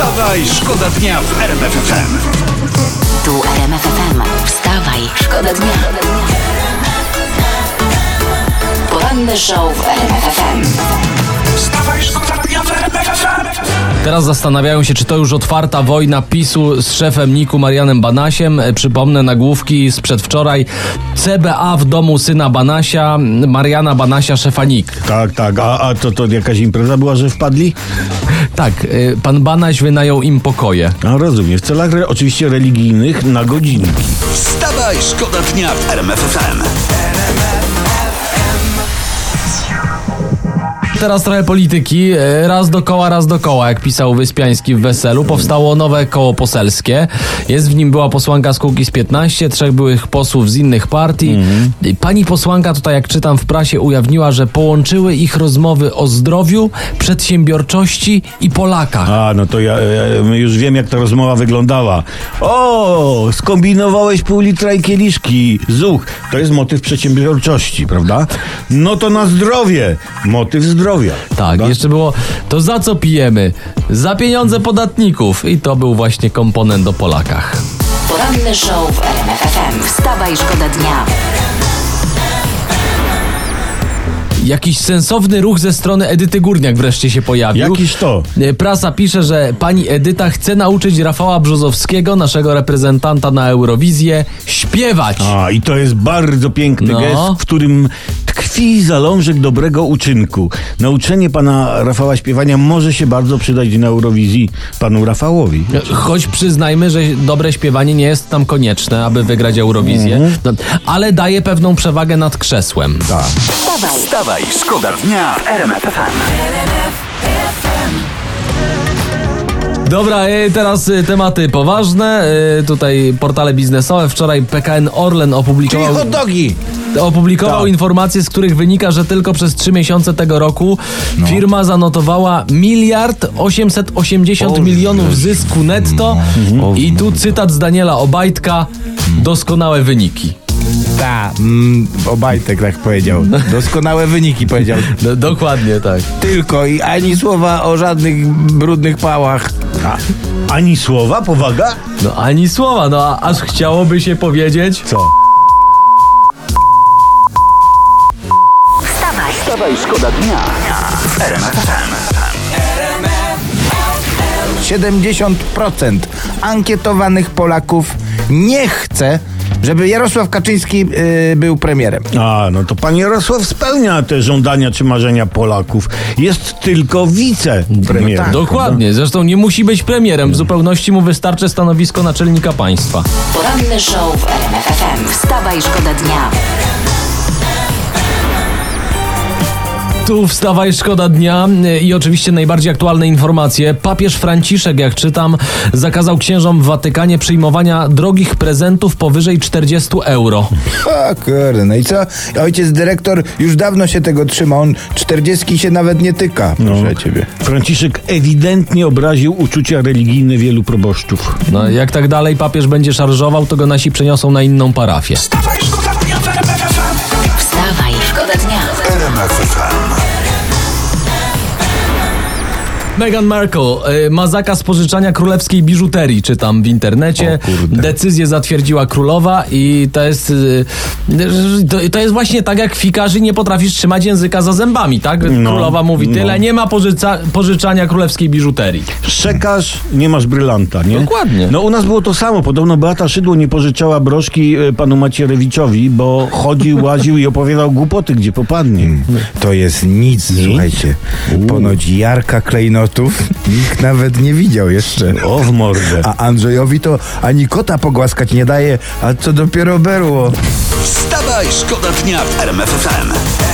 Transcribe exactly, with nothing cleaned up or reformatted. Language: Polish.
Wstawaj, szkoda dnia w R M F F M. Tu R M F F M. Wstawaj, szkoda dnia. Poranny show w R M F F M. Wstawaj, szkoda dnia w R M F F M. Teraz zastanawiają się, czy to już otwarta wojna PiSu z szefem N I K-u Marianem Banasiem. Przypomnę nagłówki z przedwczoraj. C B A w domu syna Banasia, Mariana Banasia, szefa N I K. Tak, tak. A, a to, to jakaś impreza była, że wpadli? Tak, y, pan Banaś wynajął im pokoje. A rozumiem. W celach re, oczywiście religijnych na godzinki. Wstawaj, szkoda dnia w R M F F M. Teraz trochę polityki. Raz dokoła, raz dokoła, jak pisał Wyspiański w Weselu. Powstało nowe koło poselskie. Jest w nim była posłanka z Kukiz piętnaście, trzech byłych posłów z innych partii. Mm. Pani posłanka tutaj, jak czytam w prasie, ujawniła, że połączyły ich rozmowy o zdrowiu, przedsiębiorczości i Polakach. A, no to ja, ja już wiem, jak ta rozmowa wyglądała. O, skombinowałeś pół litra i kieliszki. Zuch, to jest motyw przedsiębiorczości, prawda? No to na zdrowie. Motyw zdrowia. Tak, prawda? jeszcze było, to za co pijemy? Za pieniądze podatników. I to był właśnie komponent o Polakach. Poranny show w R M F F M. Wstawaj, szkoda dnia. Jakiś sensowny ruch ze strony Edyty Górniak wreszcie się pojawił. Jakiż to? Prasa pisze, że pani Edyta chce nauczyć Rafała Brzozowskiego, naszego reprezentanta na Eurowizję, śpiewać. A, i to jest bardzo piękny No. gest, w którym tkwi zalążek dobrego uczynku. Nauczenie pana Rafała śpiewania może się bardzo przydać na Eurowizji panu Rafałowi. Choć przyznajmy, że dobre śpiewanie nie jest tam konieczne, aby wygrać Eurowizję, no, ale daje pewną przewagę nad krzesłem. Tak. Wstawaj. Wstawaj, szkoda dnia w R M F F M. Dobra, y, teraz y, tematy poważne. Y, Tutaj portale biznesowe. Wczoraj P K N Orlen opublikował... Czyli hot dogi! Opublikował Tak. informacje, z których wynika, że tylko przez trzy miesiące tego roku No. firma zanotowała miliard osiemset osiemdziesiąt milionów zysku netto. Mhm. I tu cytat z Daniela Obajtka. Doskonałe wyniki. Tak, mm, Obajtek tak powiedział. Doskonałe wyniki powiedział. No, dokładnie tak. Tylko i ani słowa o żadnych brudnych pałach. A, ani słowa, powaga? No ani słowa, no a aż chciałoby się powiedzieć. Co? Wstawaj. Wstawaj, szkoda dnia w R M F F M. siedemdziesiąt procent ankietowanych Polaków nie chce, żeby Jarosław Kaczyński yy, był premierem. A, no to pan Jarosław spełnia te żądania czy marzenia Polaków. Jest tylko wicepremierem. No tak. Dokładnie, zresztą nie musi być premierem. W zupełności mu wystarczy stanowisko naczelnika państwa. Poranny show w R M F F M. Wstawaj, szkoda dnia. Tu wstawaj, szkoda dnia i oczywiście najbardziej aktualne informacje. Papież Franciszek, jak czytam, zakazał księżom w Watykanie przyjmowania drogich prezentów powyżej czterdzieści euro. O kurde, no i co? Ojciec dyrektor już dawno się tego trzyma, on czterdziestki się nawet nie tyka, proszę ciebie. Franciszek ewidentnie obraził uczucia religijne wielu proboszczów. No, jak tak dalej papież będzie szarżował, to go nasi przeniosą na inną parafię. Wstawaj, szkoda dnia w R M F F M. Wstawaj, szkoda dnia. R M F F M. Meghan Markle y, ma zakaz pożyczania królewskiej biżuterii, czytam w internecie. Decyzję zatwierdziła królowa i to jest y, to, to jest właśnie tak, jak fikarzy nie potrafisz trzymać języka za zębami, tak? No, Królowa mówi tyle, no. nie ma pożyca, pożyczania królewskiej biżuterii. Szczekasz, nie masz brylanta, nie? Dokładnie. No u nas było to samo. Podobno Beata Szydło nie pożyczała broszki e, panu Macierewiczowi, bo chodził, łaził i opowiadał głupoty, gdzie popadnie. To jest nic, słuchajcie. Ponoć Jarka klejnotów nikt nawet nie widział jeszcze. O, w mordę. A Andrzejowi to ani kota pogłaskać nie daje, a co dopiero berło. Wstawaj, szkoda dnia w R M F F M.